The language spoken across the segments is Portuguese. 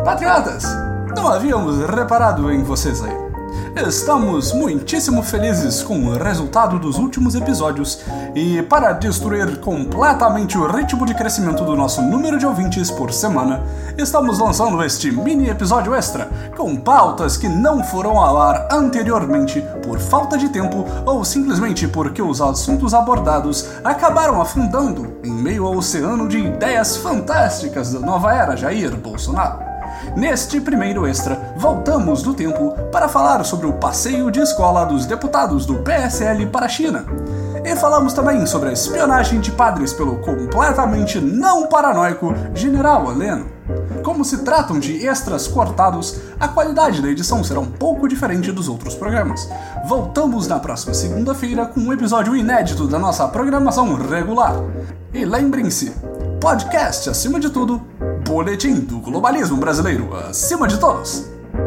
Patriotas, não havíamos reparado em vocês aí. Estamos muitíssimo felizes com o resultado dos últimos episódios e, para destruir completamente o ritmo de crescimento do nosso número de ouvintes por semana, estamos lançando este mini episódio extra com pautas que não foram ao ar anteriormente por falta de tempo ou simplesmente porque os assuntos abordados acabaram afundando em meio ao oceano de ideias fantásticas da nova era Jair Bolsonaro. Neste primeiro extra, voltamos no tempo para falar sobre o passeio de escola dos deputados do PSL para a China. E falamos também sobre a espionagem de padres pelo completamente não paranoico General Heleno. Como se tratam de extras cortados, a qualidade da edição será um pouco diferente dos outros programas. Voltamos na próxima segunda-feira com um episódio inédito da nossa programação regular. E lembrem-se, podcast acima de tudo, boletim do globalismo brasileiro acima de todos.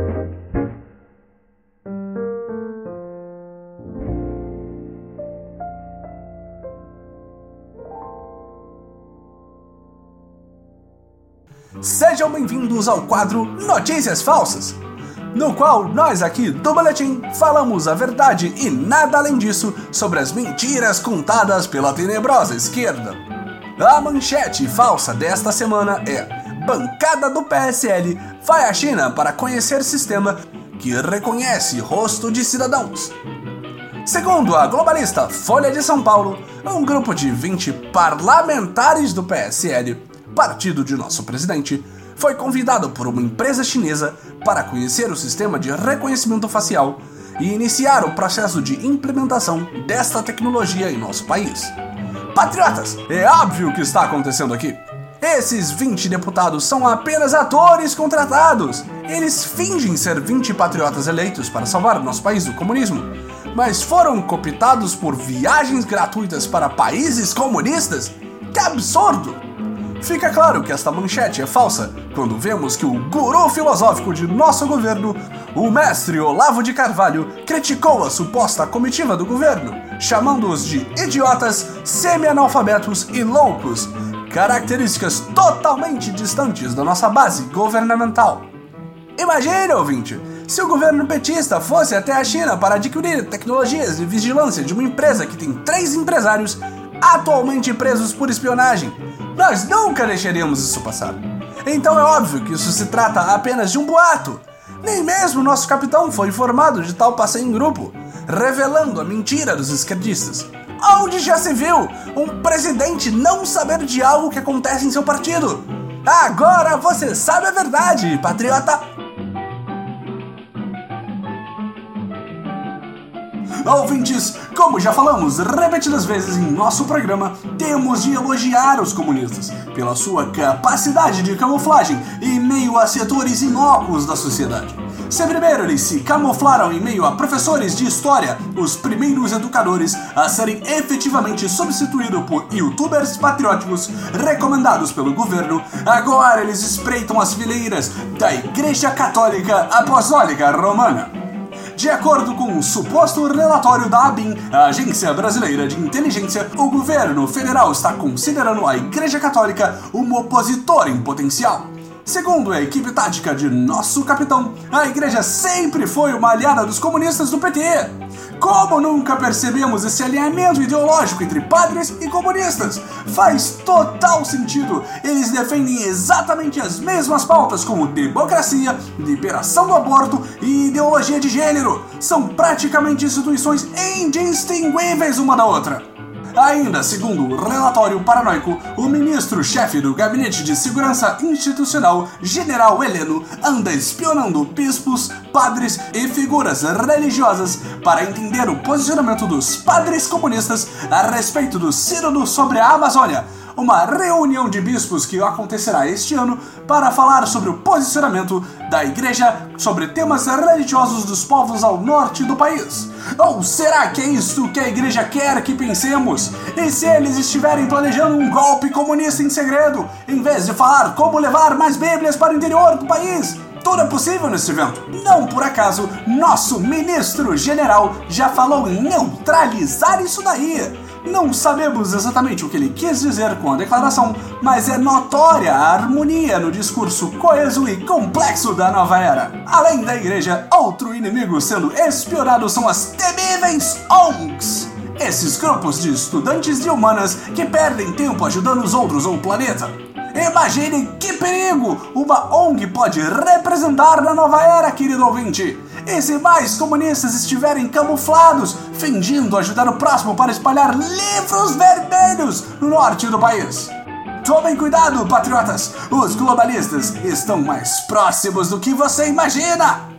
Sejam bem-vindos ao quadro Notícias Falsas, no qual nós aqui do Boletim falamos a verdade e nada além disso sobre as mentiras contadas pela tenebrosa esquerda. A manchete falsa desta semana é: bancada do PSL vai à China para conhecer sistema que reconhece rosto de cidadãos. Segundo a globalista Folha de São Paulo, um grupo de 20 parlamentares do PSL, partido de nosso presidente, foi convidado por uma empresa chinesa para conhecer o sistema de reconhecimento facial e iniciar o processo de implementação desta tecnologia em nosso país. Patriotas, é óbvio o que está acontecendo aqui. Esses 20 deputados são apenas atores contratados. Eles fingem ser 20 patriotas eleitos para salvar o nosso país do comunismo, mas foram cooptados por viagens gratuitas para países comunistas? Que absurdo! Fica claro que esta manchete é falsa quando vemos que o guru filosófico de nosso governo, o mestre Olavo de Carvalho, criticou a suposta comitiva do governo, chamando-os de idiotas, semi-analfabetos e loucos, características totalmente distantes da nossa base governamental. Imagine, ouvinte, se o governo petista fosse até a China para adquirir tecnologias de vigilância de uma empresa que tem 3 empresários atualmente presos por espionagem. Nós nunca deixaríamos isso passar. Então é óbvio que isso se trata apenas de um boato. Nem mesmo nosso capitão foi informado de tal passeio em grupo, revelando a mentira dos esquerdistas. Onde já se viu um presidente não saber de algo que acontece em seu partido? Agora você sabe a verdade, patriota! Ouvintes, como já falamos repetidas vezes em nosso programa, temos de elogiar os comunistas pela sua capacidade de camuflagem em meio a setores inócuos da sociedade. Se primeiro eles se camuflaram em meio a professores de história, os primeiros educadores a serem efetivamente substituídos por youtubers patrióticos recomendados pelo governo, agora eles espreitam as fileiras da Igreja Católica Apostólica Romana. De acordo com um suposto relatório da ABIN, a Agência Brasileira de Inteligência, o governo federal está considerando a Igreja Católica um opositor em potencial. Segundo a equipe tática de nosso capitão, a igreja sempre foi uma aliada dos comunistas do PT. Como nunca percebemos esse alinhamento ideológico entre padres e comunistas? Faz total sentido. Eles defendem exatamente as mesmas pautas como democracia, liberação do aborto e ideologia de gênero. São praticamente instituições indistinguíveis uma da outra. Ainda segundo o relatório paranoico, o ministro-chefe do Gabinete de Segurança Institucional, General Heleno, anda espionando bispos, padres e figuras religiosas para entender o posicionamento dos padres comunistas a respeito do Sínodo sobre a Amazônia, uma reunião de bispos que acontecerá este ano para falar sobre o posicionamento da igreja sobre temas religiosos dos povos ao norte do país. Ou será que é isso que a igreja quer que pensemos? E se eles estiverem planejando um golpe comunista em segredo, em vez de falar como levar mais bíblias para o interior do país? Tudo é possível nesse evento. Não por acaso, nosso ministro general já falou em neutralizar isso daí. Não sabemos exatamente o que ele quis dizer com a declaração, mas é notória a harmonia no discurso coeso e complexo da nova era. Além da igreja, outro inimigo sendo espionado são as temíveis ONGs. Esses grupos de estudantes de humanas que perdem tempo ajudando os outros ou o planeta. Imagine que perigo uma ONG pode representar na nova era, querido ouvinte! E se mais comunistas estiverem camuflados, fingindo ajudar o próximo para espalhar livros vermelhos no norte do país? Tomem cuidado, patriotas! Os globalistas estão mais próximos do que você imagina!